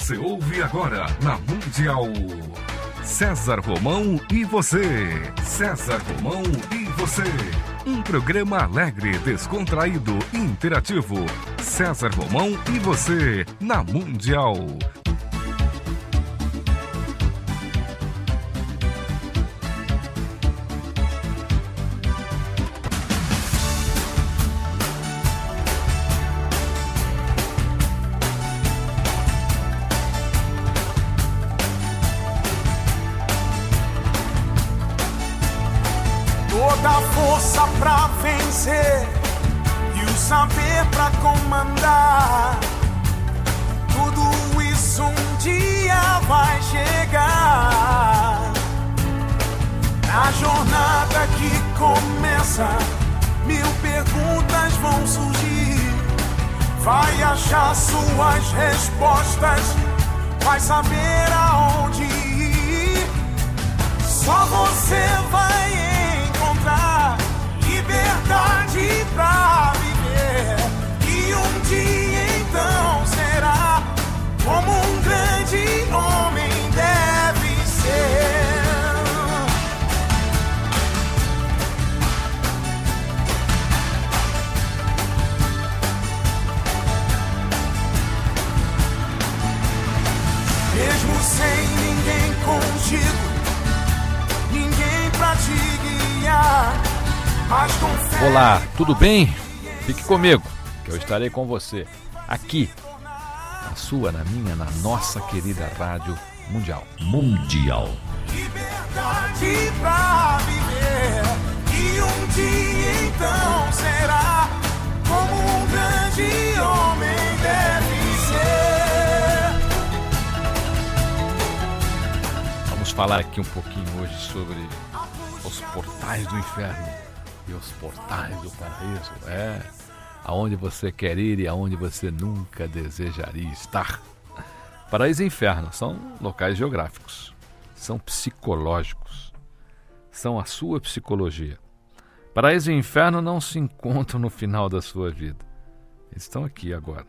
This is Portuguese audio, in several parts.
Você ouve agora na Mundial. César Romão e você. César Romão e você. Um programa alegre, descontraído, interativo. César Romão e você na Mundial. Toda a força pra vencer e o saber pra comandar. Tudo isso um dia vai chegar. Na jornada que começa, 1000 perguntas vão surgir. Vai achar suas respostas, vai saber aonde ir. Só você vai encontrar liberdade pra viver. E um dia então será como um grande homem deve ser. Mesmo sem ninguém contigo, ninguém pra te guiar, mas com fé. Olá, tudo bem? Fique comigo, que eu estarei com você aqui, na sua, na minha, na nossa querida Rádio Mundial. Mundial. Liberdade pra viver, e um dia então será como um grande homem deve ser. Vamos falar aqui um pouquinho hoje sobre os portais do inferno e os portais do paraíso. Aonde você quer ir e aonde você nunca desejaria estar. Paraíso e inferno são locais geográficos, são psicológicos, são a sua psicologia. Paraíso e inferno não se encontram no final da sua vida. Eles estão aqui agora.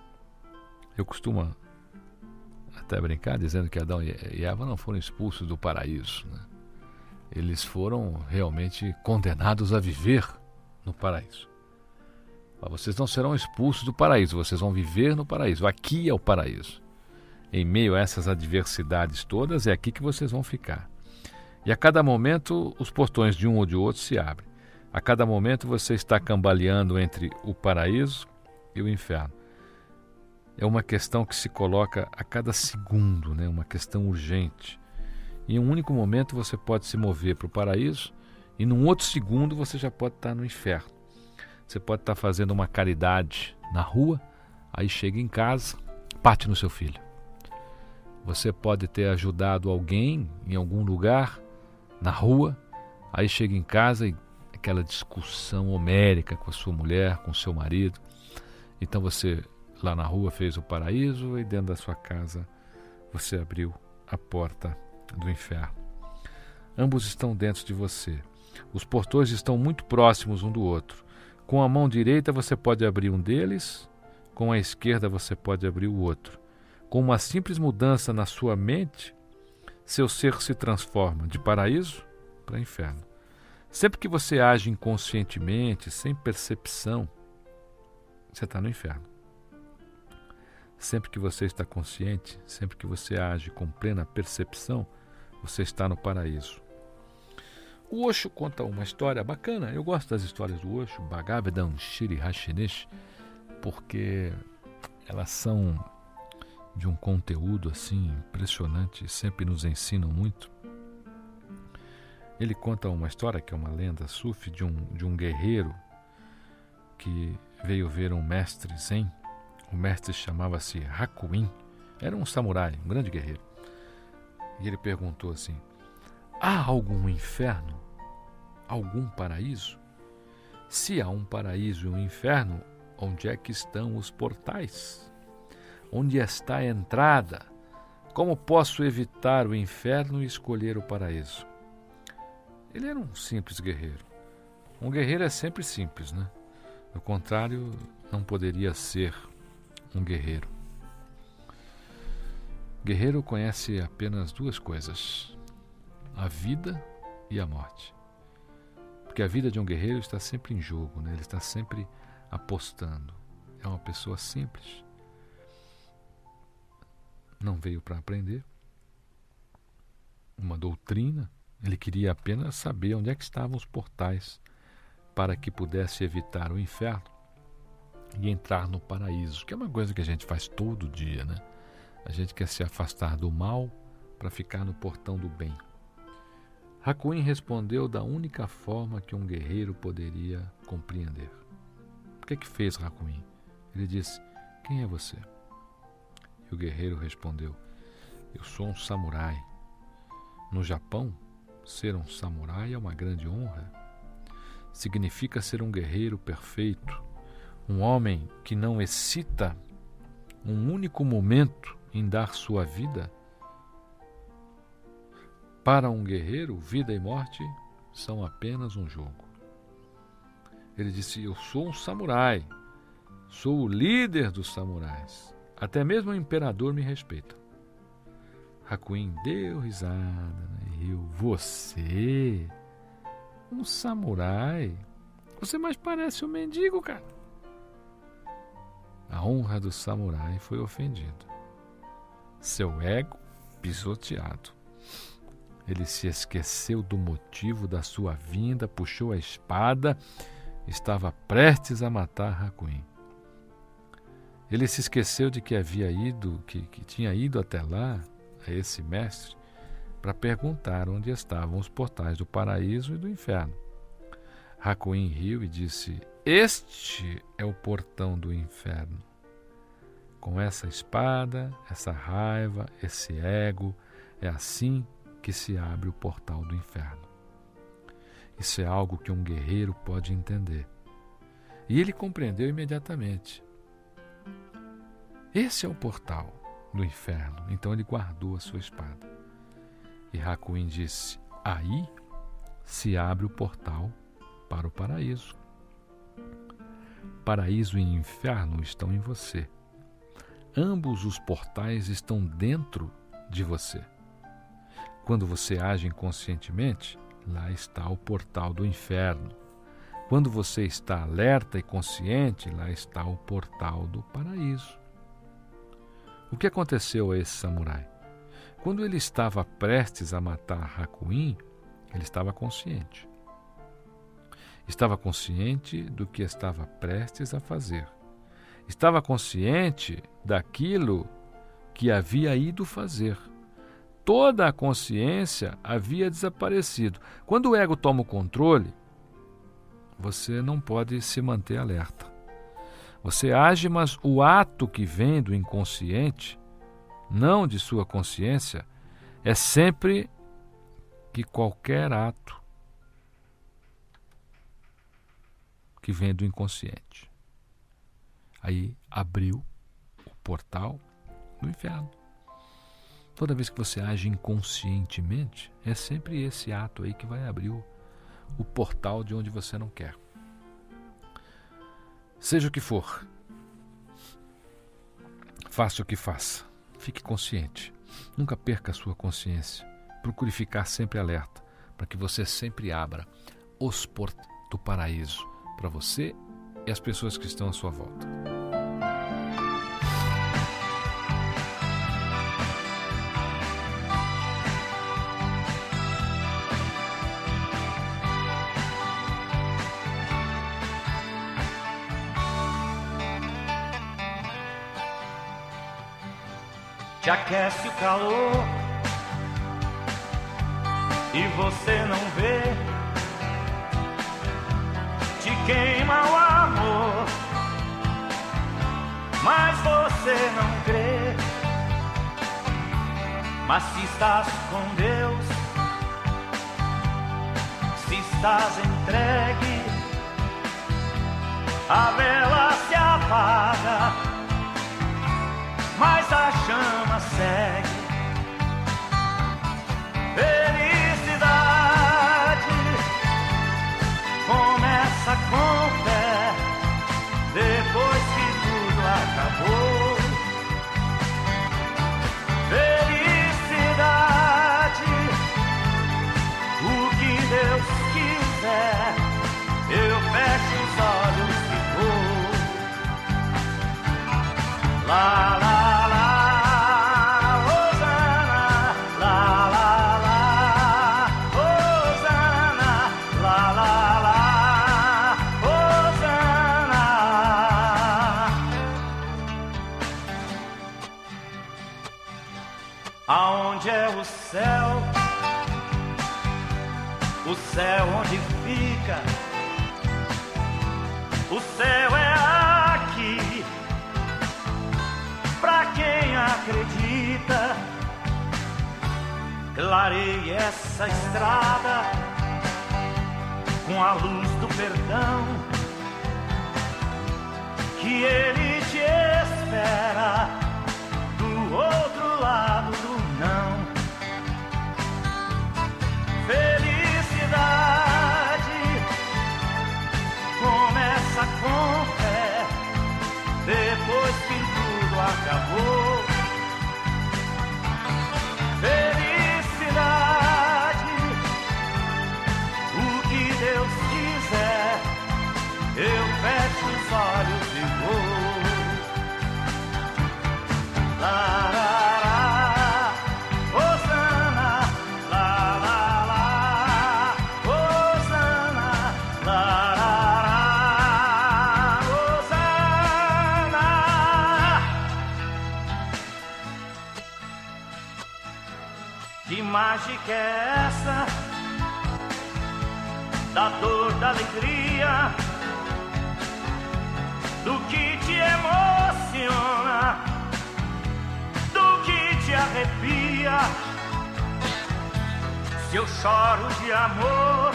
Eu costumo até brincar dizendo que Adão e Eva não foram expulsos do paraíso, né? Eles foram realmente condenados a viver no paraíso. Mas vocês não serão expulsos do paraíso, vocês vão viver no paraíso. Aqui é o paraíso. Em meio a essas adversidades todas, é aqui que vocês vão ficar. E a cada momento, os portões de um ou de outro se abrem. A cada momento, você está cambaleando entre o paraíso e o inferno. É uma questão que se coloca a cada segundo, né? Uma questão urgente. Em um único momento você pode se mover para o paraíso e num outro segundo você já pode estar no inferno. Você pode estar fazendo uma caridade na rua, aí chega em casa, bate no seu filho. Você pode ter ajudado alguém em algum lugar, na rua, aí chega em casa e aquela discussão homérica com a sua mulher, com o seu marido. Então você lá na rua fez o paraíso e dentro da sua casa você abriu a porta do inferno. Ambos estão dentro de você. Os portões estão muito próximos um do outro. Com a mão direita você pode abrir um deles, com a esquerda você pode abrir o outro. Com uma simples mudança na sua mente, seu ser se transforma de paraíso para inferno. Sempre que você age inconscientemente, sem percepção, você está no inferno. Sempre que você está consciente, sempre que você age com plena percepção, você está no paraíso. O Osho conta uma história bacana. Eu gosto das histórias do Osho, Bhagavatam Shri Hashinesh, porque elas são de um conteúdo assim impressionante, sempre nos ensinam muito. Ele conta uma história que é uma lenda sufi de um guerreiro que veio ver um mestre zen. O mestre chamava-se Hakuin, era um samurai, um grande guerreiro. E ele perguntou assim: há algum inferno? Algum paraíso? Se há um paraíso e um inferno, onde é que estão os portais? Onde está a entrada? Como posso evitar o inferno e escolher o paraíso? Ele era um simples guerreiro. Um guerreiro é sempre simples, né? Do contrário, não poderia ser um guerreiro. Guerreiro conhece apenas duas coisas: a vida e a morte. Porque a vida de um guerreiro está sempre em jogo, né? Ele está sempre apostando. É uma pessoa simples. Não veio para aprender uma doutrina. Ele queria apenas saber onde é que estavam os portais para que pudesse evitar o inferno e entrar no paraíso, que é uma coisa que a gente faz todo dia, né? A gente quer se afastar do mal para ficar no portão do bem. Hakuin respondeu da única forma que um guerreiro poderia compreender. O que fez Hakuin? Ele disse: quem é você? E o guerreiro respondeu: eu sou um samurai. No Japão, ser um samurai é uma grande honra. Significa ser um guerreiro perfeito, um homem que não hesita um único momento em dar sua vida. Para um guerreiro, vida e morte são apenas um jogo. Ele disse: eu sou um samurai, sou o líder dos samurais. Até mesmo o imperador me respeita. Hakuin deu risada, né? E riu. Você? Um samurai? Você mais parece um mendigo, cara. A honra do samurai foi ofendida. Seu ego pisoteado. Ele se esqueceu do motivo da sua vinda, puxou a espada, estava prestes a matar Hakuin. Ele se esqueceu de que tinha ido até lá, a esse mestre, para perguntar onde estavam os portais do paraíso e do inferno. Hakuin riu e disse: este é o portão do inferno. Com essa espada, essa raiva, esse ego, é assim que se abre o portal do inferno. Isso é algo que um guerreiro pode entender. E ele compreendeu imediatamente. Esse é o portal do inferno. Então ele guardou a sua espada. E Hakuin disse: aí se abre o portal para o paraíso. Paraíso e inferno estão em você. Ambos os portais estão dentro de você. Quando você age inconscientemente, lá está o portal do inferno. Quando você está alerta e consciente, lá está o portal do paraíso. O que aconteceu a esse samurai? Quando ele estava prestes a matar Hakuin, ele estava consciente. Estava consciente do que estava prestes a fazer. Estava consciente daquilo que havia ido fazer. Toda a consciência havia desaparecido. Quando o ego toma o controle, você não pode se manter alerta. Você age, mas o ato que vem do inconsciente, não de sua consciência, é sempre que qualquer ato que vem do inconsciente. Aí abriu o portal do inferno. Toda vez que você age inconscientemente, é sempre esse ato aí que vai abrir o portal de onde você não quer. Seja o que for, faça o que faça, fique consciente. Nunca perca a sua consciência. Procure ficar sempre alerta, para que você sempre abra os portais do paraíso para você e as pessoas que estão à sua volta. Te aquece o calor e você não vê, te queima o amor, mas você não crê. Mas se estás com Deus, se estás entregue, a vela se apaga, mas a chama segue. Felicidade começa com fé, depois que tudo acabou. La la la, Hosanna, la la la, Hosanna, la la la, Hosanna. Aonde é o céu onde fica? O céu é aqui, pra quem acredita. Clareie essa estrada com a luz do perdão, que ele te espera do outro lado do não. Felicidade começa com fé, depois que tudo acabou. Felicidade, o que Deus quiser, eu fecho os olhos e vou. La, la, la, Hosanna, la, la, la, Hosanna, la, la, la, Hosanna. Que mágica é essa? Da dor, da alegria, do que te emociona, do que te arrepia. Se eu choro de amor,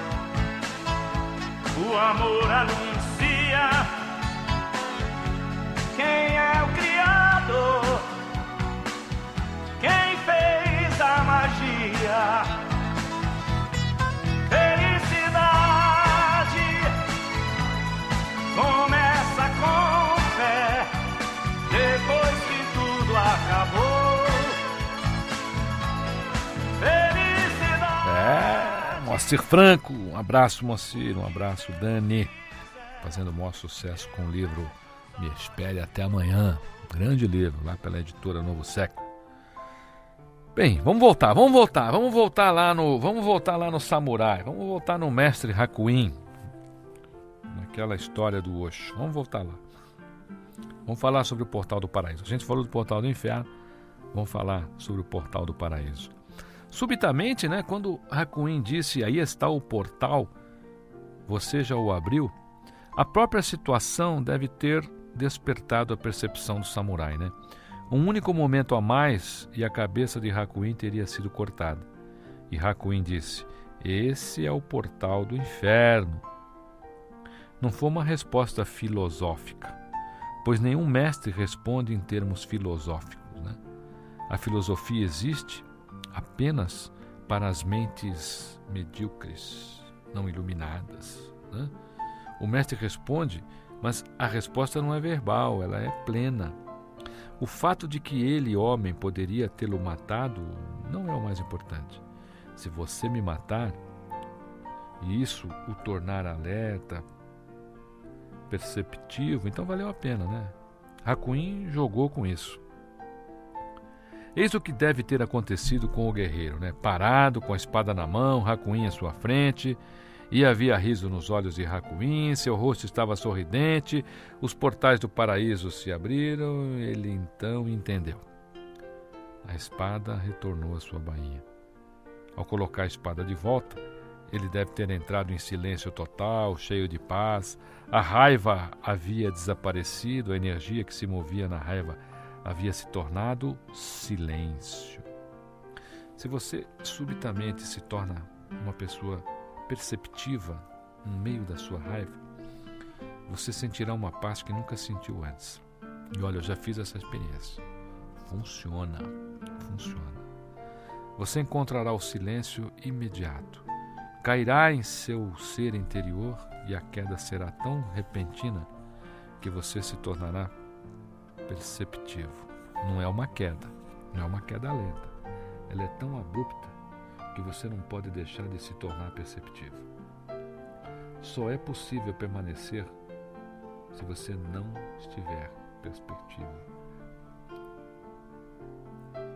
o amor anuncia quem é o Criador, quem fez a magia. Felicidade começa com fé, depois que tudo acabou. Felicidade. Moacir Franco, um abraço Moacir, um abraço Dani, fazendo o maior sucesso com o livro Me Espere Até Amanhã, um grande livro, lá pela editora Novo Século. Bem, vamos voltar lá no Samurai, vamos voltar no Mestre Hakuin, naquela história do Osho. Vamos voltar lá. Vamos falar sobre o Portal do Paraíso. A gente falou do Portal do Inferno, vamos falar sobre o Portal do Paraíso. Subitamente, né, quando Hakuin disse, aí está o portal, você já o abriu, a própria situação deve ter despertado a percepção do samurai, né? Um único momento a mais e a cabeça de Hakuin teria sido cortada. E Hakuin disse, esse é o portal do inferno. Não foi uma resposta filosófica, pois nenhum mestre responde em termos filosóficos, né? A filosofia existe apenas para as mentes medíocres, não iluminadas, né? O mestre responde, mas a resposta não é verbal, ela é plena. O fato de que ele, homem, poderia tê-lo matado não é o mais importante. Se você me matar, e isso o tornar alerta, perceptivo, então valeu a pena, né? Hakuin jogou com isso. Eis o que deve ter acontecido com o guerreiro, né? Parado, com a espada na mão, Hakuin à sua frente, e havia riso nos olhos de Hakuin, seu rosto estava sorridente, os portais do paraíso se abriram, ele então entendeu. A espada retornou à sua bainha. Ao colocar a espada de volta, ele deve ter entrado em silêncio total, cheio de paz. A raiva havia desaparecido, a energia que se movia na raiva havia se tornado silêncio. Se você subitamente se torna uma pessoa perceptiva no meio da sua raiva, você sentirá uma paz que nunca sentiu antes. E olha, eu já fiz essa experiência. Funciona. Você encontrará o silêncio imediato. Cairá em seu ser interior e a queda será tão repentina que você se tornará perceptivo. Não é uma queda lenta. Ela é tão abrupta que você não pode deixar de se tornar perceptivo. Só é possível permanecer se você não estiver perspectivo.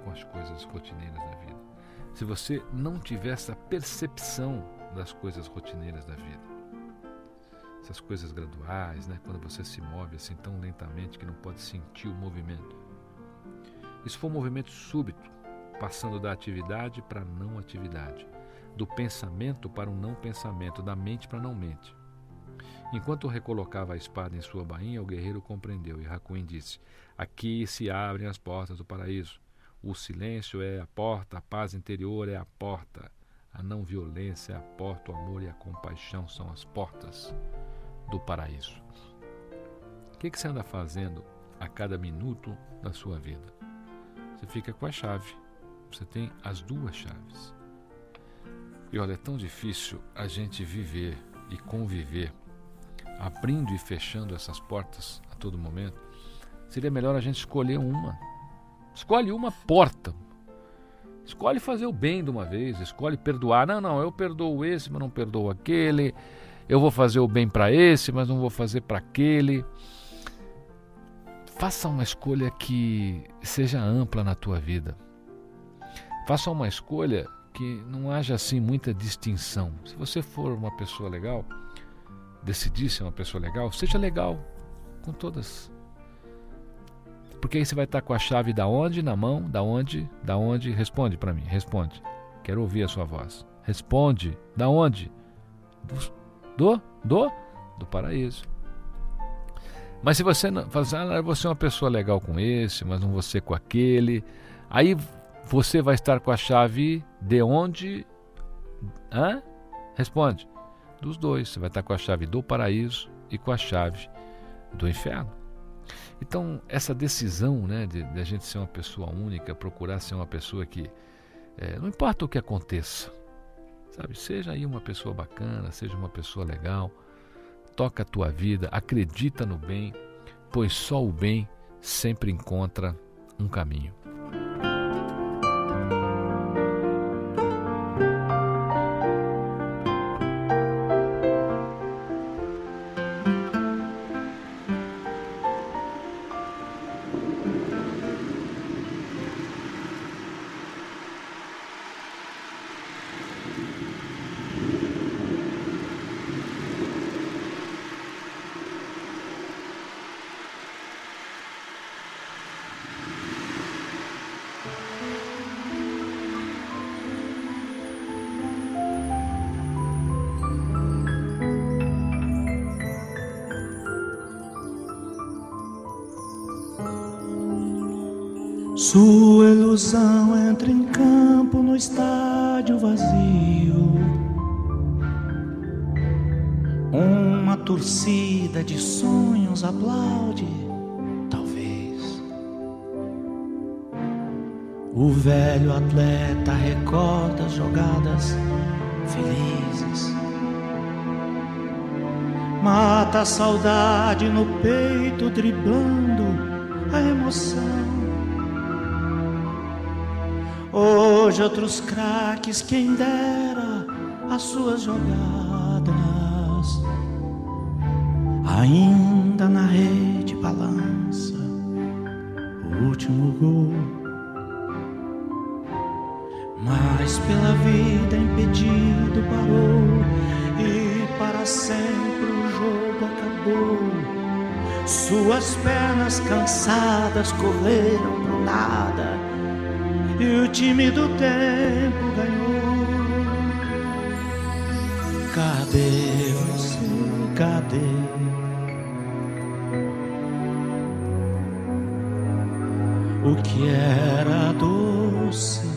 com as coisas rotineiras da vida, se você não tiver essa percepção das coisas rotineiras da vida, essas coisas graduais, né? Quando você se move assim tão lentamente que não pode sentir o movimento. Isso foi um movimento súbito, passando da atividade para a não atividade, do pensamento para o não pensamento, da mente para a não mente. Enquanto recolocava a espada em sua bainha, o guerreiro compreendeu, e Hakuin disse: aqui se abrem as portas do paraíso. O silêncio é a porta, a paz interior é a porta, a não violência é a porta, o amor e a compaixão são as portas do paraíso. O que você anda fazendo a cada minuto da sua vida? Você fica com a chave. Você tem as duas chaves. E olha, é tão difícil a gente viver e conviver abrindo e fechando essas portas a todo momento. Seria melhor a gente escolher uma. Escolhe uma porta. Escolhe fazer o bem de uma vez. Escolhe perdoar. Não, eu perdoo esse, mas não perdoo aquele. Eu vou fazer o bem para esse, mas não vou fazer para aquele. Faça uma escolha que seja ampla na tua vida. Faça uma escolha que não haja assim muita distinção. Se você for uma pessoa legal, decidir ser uma pessoa legal, seja legal com todas. Porque aí você vai estar com a chave da onde? Na mão? Da onde? Da onde? Responde para mim, responde. Quero ouvir a sua voz. Responde. Da onde? Do paraíso. Mas se você não falar, vou ser uma pessoa legal com esse, mas não vou ser com aquele, aí você vai estar com a chave de onde? Responde. Dos dois. Você vai estar com a chave do paraíso e com a chave do inferno. Então, essa decisão, né, de a gente ser uma pessoa única, procurar ser uma pessoa que, não importa o que aconteça, sabe? Seja aí uma pessoa bacana, seja uma pessoa legal, toca a tua vida, acredita no bem, pois só o bem sempre encontra um caminho. Sua ilusão entra em campo no estádio vazio. Uma torcida de sonhos aplaude, talvez. O velho atleta recorda as jogadas felizes. Mata a saudade no peito, driblando a emoção. Hoje outros craques, quem dera as suas jogadas, ainda na rede balança o último gol. Mas pela vida impedido parou, e para sempre o jogo acabou. Suas pernas cansadas correram pro nada, e o time do tempo ganhou. Cadê você? Cadê? O que era doce?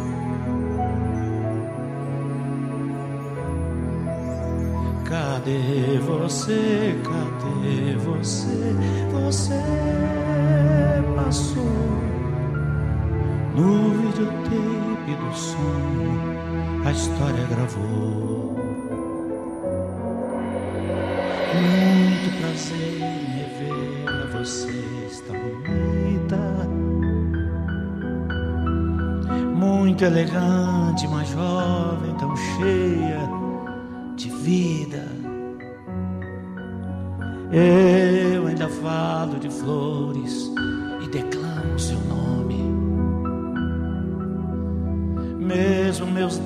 Cadê você? Cadê você? Você passou no videotape do sonho, a história gravou. Muito prazer em rever você está bonita, muito elegante, mas jovem, tão cheia de vida. Eu ainda falo de flores e declamo seu nome.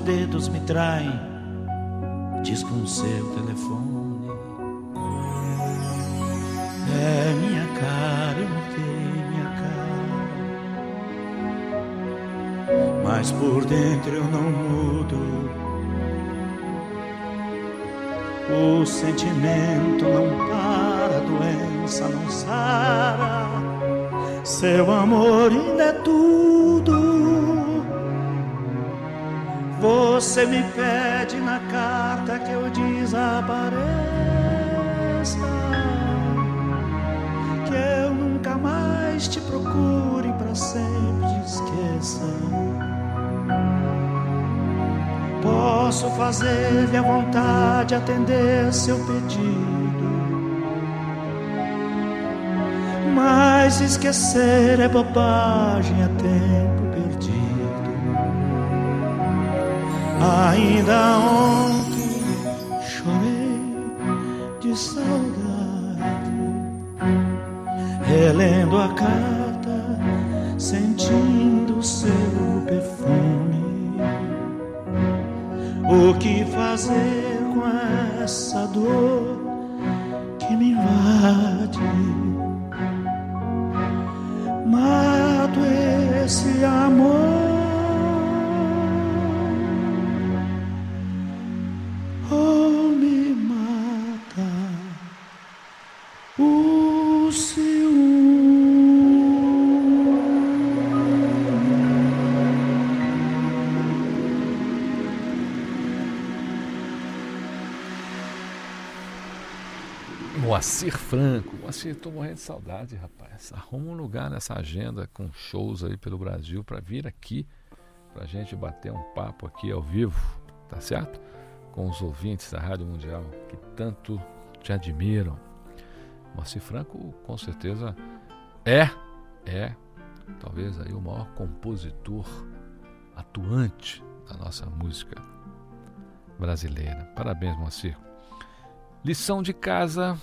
dedos me traem, diz com o seu telefone. É minha cara, eu mudei minha cara, mas por dentro eu não mudo. O sentimento não para, a doença não sara, seu amor ainda é tudo. Você me pede na carta que eu desapareça, que eu nunca mais te procure, pra sempre te esqueça. Posso fazer-lhe a vontade, atender seu pedido, mas esquecer é bobagem, é tempo perdido. Ainda ontem chorei de saudade, relendo a carta, sentindo seu perfume. O que fazer com essa dor que me invade? Mato esse amor, ou me mata o ciúme. Moacir Franco. Moacir, tô morrendo de saudade, rapaz. Arruma um lugar nessa agenda com shows aí pelo Brasil para vir aqui, pra gente bater um papo aqui ao vivo, tá certo? Com os ouvintes da Rádio Mundial que tanto te admiram. Moacir Franco, com certeza, é talvez aí o maior compositor atuante da nossa música brasileira. Parabéns, Moacir. Lição de casa: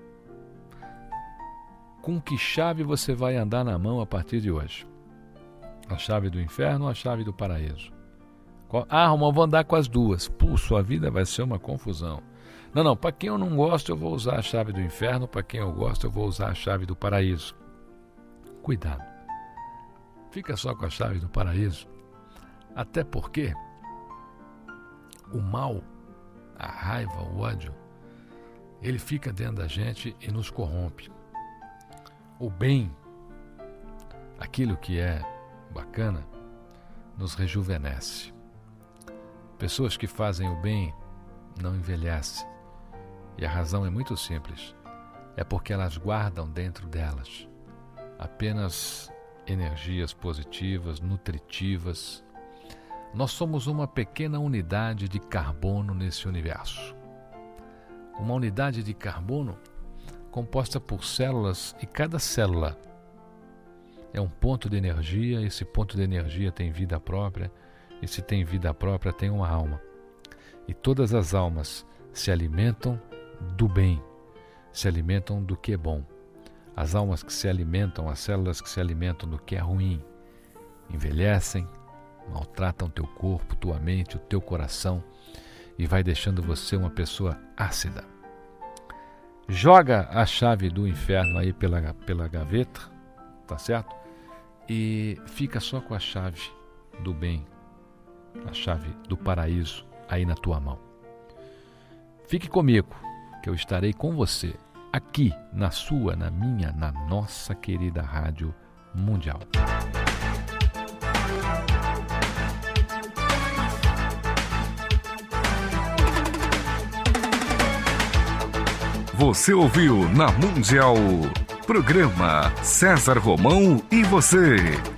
com que chave você vai andar na mão a partir de hoje? A chave do inferno ou a chave do paraíso? Romão, vou andar com as duas. Sua vida vai ser uma confusão. Não, para quem eu não gosto eu vou usar a chave do inferno, para quem eu gosto eu vou usar a chave do paraíso. Cuidado, fica só com a chave do paraíso, até porque o mal, a raiva, o ódio, ele fica dentro da gente e nos corrompe. O bem, aquilo que é bacana, nos rejuvenesce. Pessoas que fazem o bem não envelhecem. E a razão é muito simples. É porque elas guardam dentro delas apenas energias positivas, nutritivas. Nós somos uma pequena unidade de carbono nesse universo. Uma unidade de carbono composta por células, e cada célula é um ponto de energia. Esse ponto de energia tem vida própria, e se tem vida própria tem uma alma. E todas as almas se alimentam do bem, se alimentam do que é bom. As almas que se alimentam, as células que se alimentam do que é ruim, envelhecem, maltratam teu corpo, tua mente, o teu coração, e vai deixando você uma pessoa ácida. Joga a chave do inferno aí pela gaveta, tá certo? E fica só com a chave do bem, a chave do paraíso aí na tua mão. Fique comigo, que eu estarei com você aqui na sua, na minha, na nossa querida Rádio Mundial. Você ouviu na Mundial, programa César Romão e você.